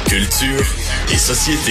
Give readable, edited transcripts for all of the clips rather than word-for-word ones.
Culture et société.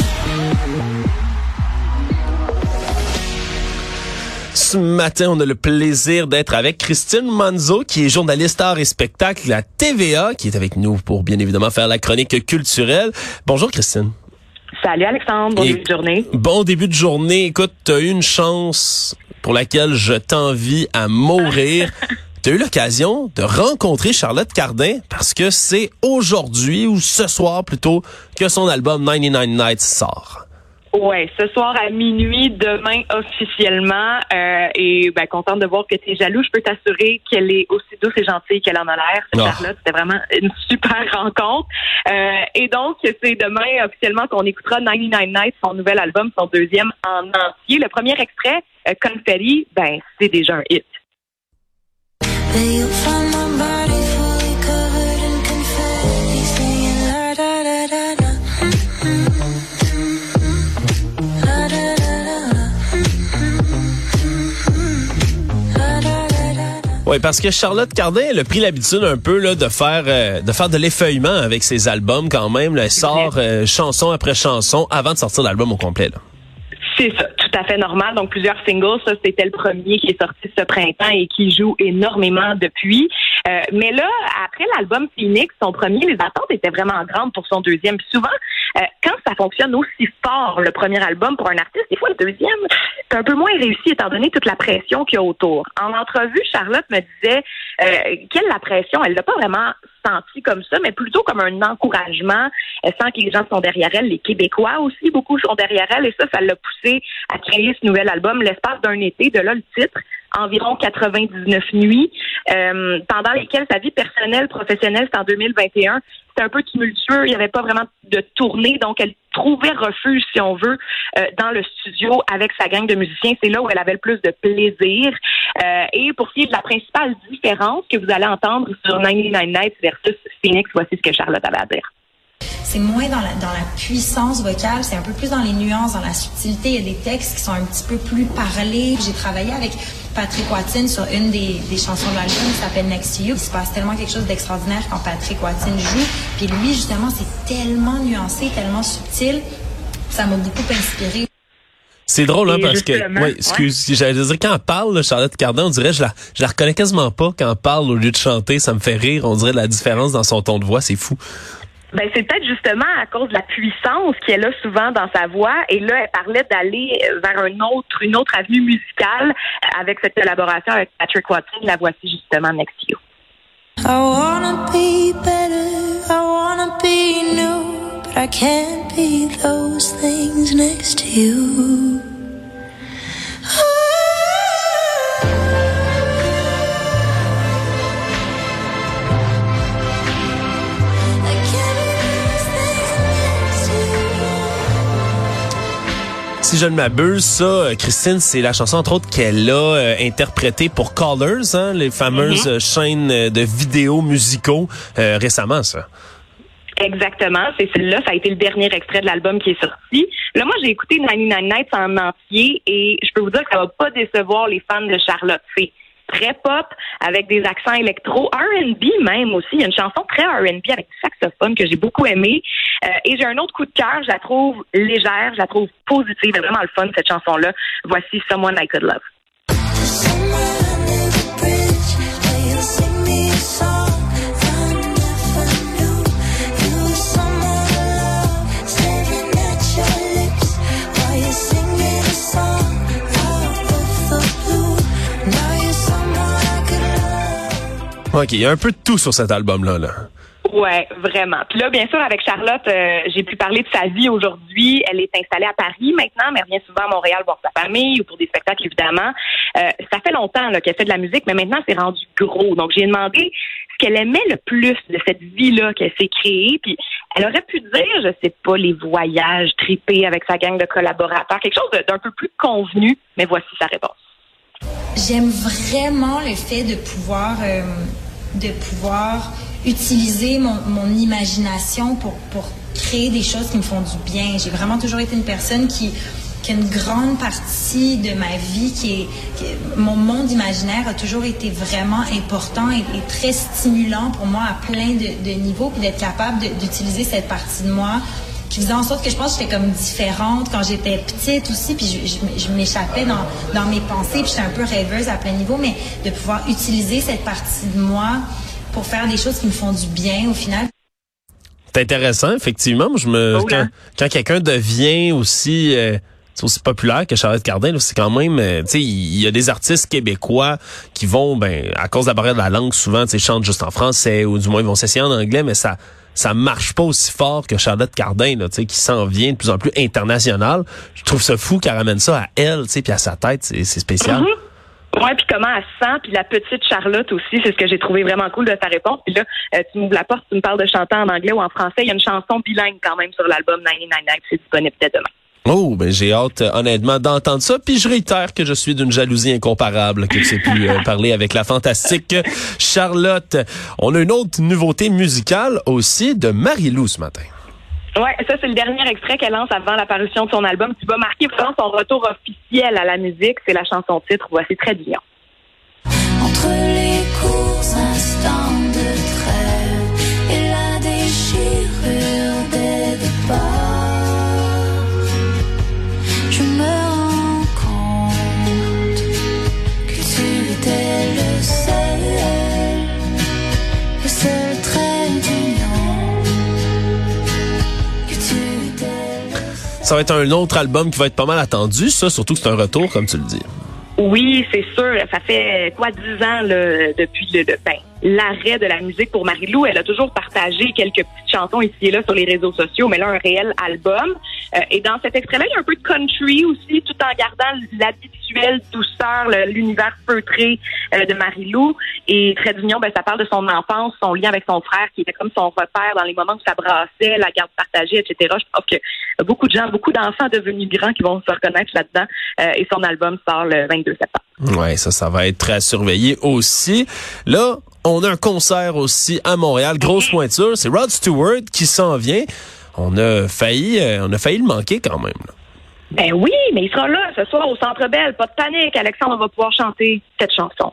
Ce matin, on a le plaisir d'être avec Christine Manzo, qui est journaliste art et spectacle à TVA, qui est avec nous pour bien évidemment faire la chronique culturelle. Bonjour Christine. Salut Alexandre, bon début de journée. Bon début de journée. Écoute, t'as eu une chance pour laquelle je t'envie à mourir. T'as eu l'occasion de rencontrer Charlotte Cardin parce que c'est aujourd'hui, ou ce soir plutôt, que son album 99 Nights sort. Ouais, ce soir à minuit, demain officiellement, et contente de voir que t'es jaloux. Je peux t'assurer qu'elle est aussi douce et gentille qu'elle en a l'air. Charlotte, c'était vraiment une super rencontre. Et donc, c'est demain officiellement qu'on écoutera 99 Nights, son nouvel album, son deuxième en entier. Le premier extrait, Confetti, c'est déjà un hit. Oui, parce que Charlotte Cardin, elle a pris l'habitude un peu là de faire de l'effeuillement avec ses albums quand même. Là, elle sort chanson après chanson avant de sortir l'album au complet. Là. C'est ça, tout à fait normal. Donc, plusieurs singles. Ça, c'était le premier qui est sorti ce printemps et qui joue énormément depuis. Mais là, après l'album Phoenix, son premier, les attentes étaient vraiment grandes pour son deuxième. Puis souvent, quand ça fonctionne aussi fort, le premier album, pour un artiste, des fois, le deuxième, c'est un peu moins réussi étant donné toute la pression qu'il y a autour. En entrevue, Charlotte me disait qu'elle, la pression, elle l'a pas vraiment senti comme ça, mais plutôt comme un encouragement. Elle sent que les gens sont derrière elle, les Québécois aussi, beaucoup sont derrière elle, et ça l'a poussé à créer ce nouvel album l'espace d'un été, de là le titre, environ 99 nuits, pendant lesquelles sa vie personnelle, professionnelle, c'est en 2021, c'était un peu tumultueux, il n'y avait pas vraiment de tournée, donc elle trouvait refuge, si on veut, dans le studio avec sa gang de musiciens. C'est là où elle avait le plus de plaisir. Et pour ce qui est de la principale différence que vous allez entendre sur 99 Nights versus Phoenix, voici ce que Charlotte avait à dire. C'est moins dans la puissance vocale, c'est un peu plus dans les nuances, dans la subtilité. Il y a des textes qui sont un petit peu plus parlés. J'ai travaillé avec Patrick Watson sur une des chansons de l'album qui s'appelle Next to You. Il se passe tellement quelque chose d'extraordinaire quand Patrick Watson joue. Puis lui, justement, c'est tellement nuancé, tellement subtil. Ça m'a beaucoup inspiré. C'est drôle, hein, parce que, j'allais dire, quand elle parle, là, Charlotte Cardin, on dirait, je la reconnais quasiment pas quand elle parle au lieu de chanter. Ça me fait rire. On dirait la différence dans son ton de voix. C'est fou. C'est peut-être justement à cause de la puissance qu'elle a souvent dans sa voix. Et là, elle parlait d'aller vers une autre avenue musicale avec cette collaboration avec Patrick Watson. La voici justement Next to You. I wanna be better, I wanna be new, but I can't be those things next to you. Si je ne m'abuse, ça, Christine, c'est la chanson, entre autres, qu'elle a interprétée pour Callers, hein, les fameuses chaînes de vidéos musicaux récemment, ça. Exactement, c'est celle-là. Ça a été le dernier extrait de l'album qui est sorti. Là, moi, j'ai écouté 99 Nights en entier et je peux vous dire que ça va pas décevoir les fans de Charlotte. C'est très pop, avec des accents électro, R&B même aussi. Il y a une chanson très R&B avec du saxophone que j'ai beaucoup aimé. Et j'ai un autre coup de cœur, je la trouve légère, je la trouve positive, c'est vraiment le fun cette chanson-là. Voici Someone I Could Love. OK, il y a un peu de tout sur cet album-là. Là. Ouais, vraiment. Puis là, bien sûr, avec Charlotte, j'ai pu parler de sa vie aujourd'hui. Elle est installée à Paris maintenant, mais elle revient souvent à Montréal voir sa famille ou pour des spectacles, évidemment. Ça fait longtemps qu'elle fait de la musique, mais maintenant, c'est rendu gros. Donc, j'ai demandé ce qu'elle aimait le plus de cette vie-là qu'elle s'est créée. Puis, elle aurait pu dire, je sais pas, les voyages tripés avec sa gang de collaborateurs, quelque chose d'un peu plus convenu, mais voici sa réponse. J'aime vraiment le fait de pouvoir utiliser mon imagination pour créer des choses qui me font du bien. J'ai vraiment toujours été une personne qui qu'une grande partie de ma vie mon monde imaginaire a toujours été vraiment important et très stimulant pour moi à plein de niveaux, puis d'être capable d'utiliser cette partie de moi qui faisait en sorte que je pense que j'étais comme différente quand j'étais petite aussi, puis je m'échappais dans mes pensées, puis j'étais un peu rêveuse à plein niveau, mais de pouvoir utiliser cette partie de moi pour faire des choses qui me font du bien au final. C'est intéressant, effectivement. Quand quelqu'un devient aussi populaire que Charlotte Cardin, là, c'est quand même, tu sais, il y a des artistes québécois qui vont, à cause de la barrière de la langue, souvent, tu sais, chantent juste en français ou du moins ils vont s'essayer en anglais, mais ça marche pas aussi fort que Charlotte Cardin, là, tu sais, qui s'en vient de plus en plus international. Je trouve ça fou qu'elle ramène ça à elle, tu sais, puis à sa tête, c'est spécial. Mm-hmm. Ouais, puis comment elle se sent, puis la petite Charlotte aussi, c'est ce que j'ai trouvé vraiment cool de ta réponse. Puis là, tu m'ouvres la porte, tu me parles de chanter en anglais ou en français. Il y a une chanson bilingue quand même sur l'album 99 Nights, c'est disponible peut-être demain. Oh, j'ai hâte, honnêtement, d'entendre ça. Puis je réitère que je suis d'une jalousie incomparable que tu sais pu parler avec la fantastique Charlotte. On a une autre nouveauté musicale aussi de Marie-Lou ce matin. Ouais, ça c'est le dernier extrait qu'elle lance avant l'apparition de son album qui va marquer vraiment son retour officiel à la musique. C'est la chanson titre. Voici Trait d'union. Entre les courts instants de trêve et la déchirure des départs, je me rends compte que tu étais le seul trait d'union, que tu étais le seul. Ça va être un autre album qui va être pas mal attendu, ça, surtout que c'est un retour, comme tu le dis. Oui, c'est sûr. Ça fait 10 ans là, depuis l'arrêt de la musique pour Marie-Lou. Elle a toujours partagé quelques petites chansons ici et là sur les réseaux sociaux, mais là, un réel album. Et dans cet extrait-là, il y a un peu de country aussi, tout en gardant l'habituelle douceur, l'univers feutré de Marie-Lou. Et Trait d'union, ça parle de son enfance, son lien avec son frère, qui était comme son repère dans les moments où ça brassait, la garde partagée, etc. Je pense que beaucoup de gens, beaucoup d'enfants devenus grands qui vont se reconnaître là-dedans. Et son album sort le 22 septembre. Ouais, ça va être très surveillé aussi. Là, on a un concert aussi à Montréal, grosse pointure, c'est Rod Stewart qui s'en vient. On a failli le manquer quand même. Là. Ben oui, mais il sera là ce soir au Centre Bell. Pas de panique, Alexandre va pouvoir chanter cette chanson.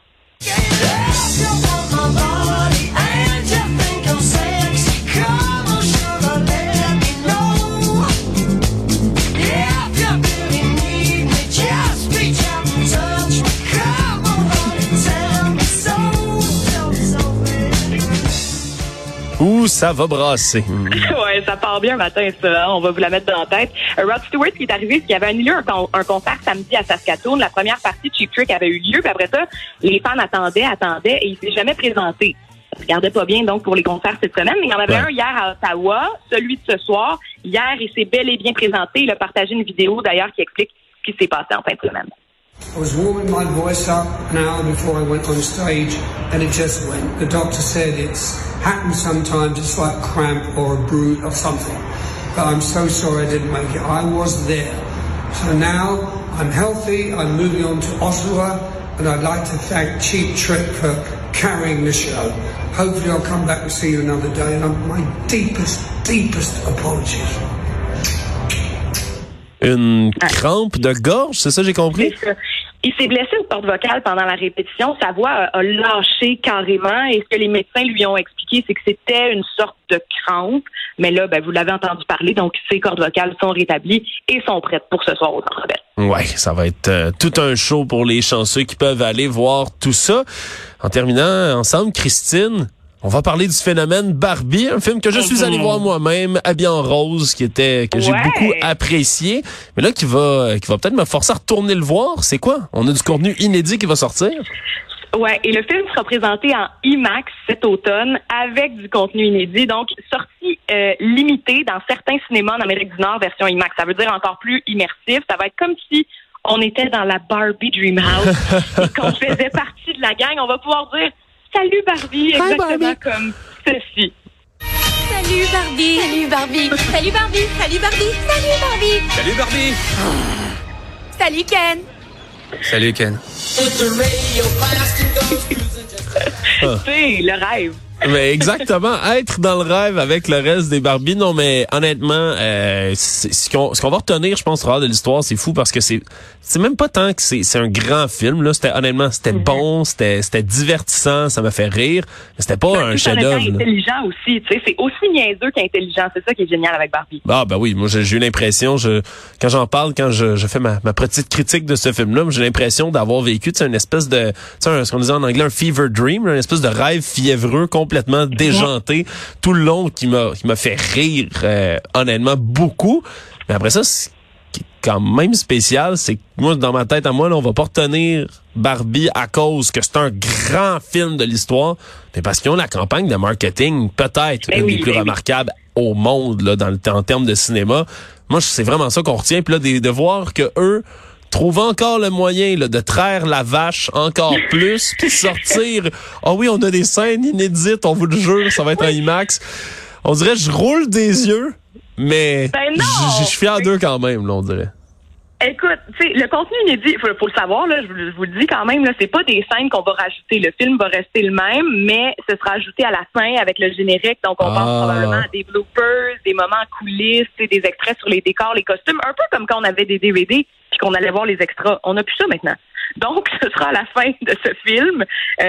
Ouh, ça va brasser. Ouais, ça part bien un matin, ça. Hein? On va vous la mettre dans la tête. Rod Stewart, qui est arrivé, c'est qu'il avait annulé un concert samedi à Saskatoon. La première partie de Cheap Trick avait eu lieu, puis après ça, les fans attendaient, et il s'est jamais présenté. Ça se regardait pas bien, donc, pour les concerts cette semaine. Mais il y en avait un hier à Ottawa, celui de ce soir. Hier, il s'est bel et bien présenté. Il a partagé une vidéo, d'ailleurs, qui explique ce qui s'est passé en fin de semaine. I was warming my voice up an hour before I went on stage, and it just went. The doctor said it's happens sometimes. It's like cramp or a bruise or something. But I'm so sorry I didn't make it. I was there. So now I'm healthy. I'm moving on to Ottawa, and I'd like to thank Cheap Trick for carrying the show. Hopefully I'll come back and see you another day, and my deepest apologies. Une crampe de gorge, c'est ça j'ai compris? C'est ça. Il s'est blessé aux cordes vocales pendant la répétition. Sa voix a lâché carrément. Et ce que les médecins lui ont expliqué, c'est que c'était une sorte de crampe. Mais là, vous l'avez entendu parler. Donc, ses cordes vocales sont rétablies et sont prêtes pour ce soir au Centre Bell. Ouais, ça va être tout un show pour les chanceux qui peuvent aller voir tout ça. En terminant ensemble, Christine, on va parler du phénomène Barbie, un film que je suis allé voir moi-même, habillé en rose, que j'ai beaucoup apprécié, mais là qui va peut-être me forcer à retourner le voir. C'est quoi? On a du contenu inédit qui va sortir? Ouais, et le film sera présenté en IMAX cet automne avec du contenu inédit, donc sortie limitée dans certains cinémas en Amérique du Nord, version IMAX. Ça veut dire encore plus immersif. Ça va être comme si on était dans la Barbie Dreamhouse et qu'on faisait partie de la gang. On va pouvoir dire salut Barbie, exactement Barbie. Comme ceci. Salut Barbie. Salut Barbie. Salut Barbie. Salut Barbie. Salut Barbie. Salut Barbie. Salut Ken. Salut Ken. C'est le rêve. Mais exactement, être dans le rêve avec le reste des Barbie. Non, mais honnêtement, ce qu'on va retenir, je pense, de l'histoire, c'est fou parce que c'est même pas tant que c'est un grand film là. C'était bon, c'était divertissant, ça m'a fait rire. Mais c'était pas un chef-d'œuvre. C'est intelligent aussi, tu sais, c'est aussi niaiseux qu'intelligent. C'est ça qui est génial avec Barbie. Ah ben oui, moi j'ai eu l'impression, quand j'en parle, quand je fais ma petite critique de ce film-là, j'ai l'impression d'avoir vécu, tu sais, une espèce de, ce qu'on disait en anglais, un fever dream, une espèce de rêve fiévreux complètement déjanté tout le long qui m'a fait rire honnêtement beaucoup. Mais après ça, ce qui est quand même spécial, c'est que moi, dans ma tête à moi, là, on va pas retenir Barbie à cause que c'est un grand film de l'histoire, mais parce qu'ils ont la campagne de marketing peut-être une des plus remarquables au monde là, en termes de cinéma. Moi, c'est vraiment ça qu'on retient. Puis là, de voir que eux trouvent encore le moyen là, de traire la vache encore plus, puis sortir. Ah oui, on a des scènes inédites, on vous le jure, ça va être en IMAX. On dirait, je roule des yeux, mais je suis fier d'eux quand même, là, on dirait. Écoute, tu sais, le contenu inédit, faut le savoir, là, je vous le dis quand même, là, c'est pas des scènes qu'on va rajouter. Le film va rester le même, mais ce sera ajouté à la fin avec le générique. Donc, on pense probablement à des bloopers, des moments en coulisses, des extraits sur les décors, les costumes, un peu comme quand on avait des DVD puis qu'on allait voir les extras. On n'a plus ça maintenant. Donc, ce sera à la fin de ce film.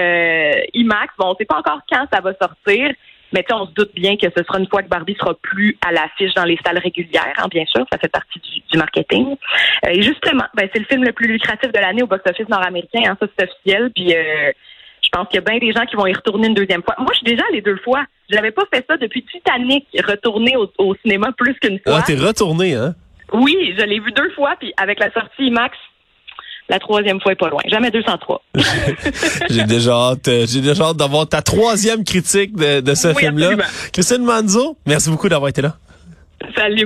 IMAX, bon, on sait pas encore quand ça va sortir. Mais tu sais, on se doute bien que ce sera une fois que Barbie sera plus à l'affiche dans les salles régulières, hein, bien sûr, ça fait partie du marketing. Et justement, c'est le film le plus lucratif de l'année au box-office nord-américain, hein, ça c'est officiel. Puis je pense qu'il y a bien des gens qui vont y retourner une deuxième fois. Moi, je suis déjà allée 2 fois. J'avais pas fait ça depuis Titanic, retourner au cinéma plus qu'une fois. Ah, t'es retourné, hein? Oui, je l'ai vu 2 fois, puis avec la sortie IMAX, la 3e fois est pas loin. Jamais 203. J'ai déjà hâte d'avoir ta 3e critique de ce film-là. Absolument. Christine Manzo, merci beaucoup d'avoir été là. Salut.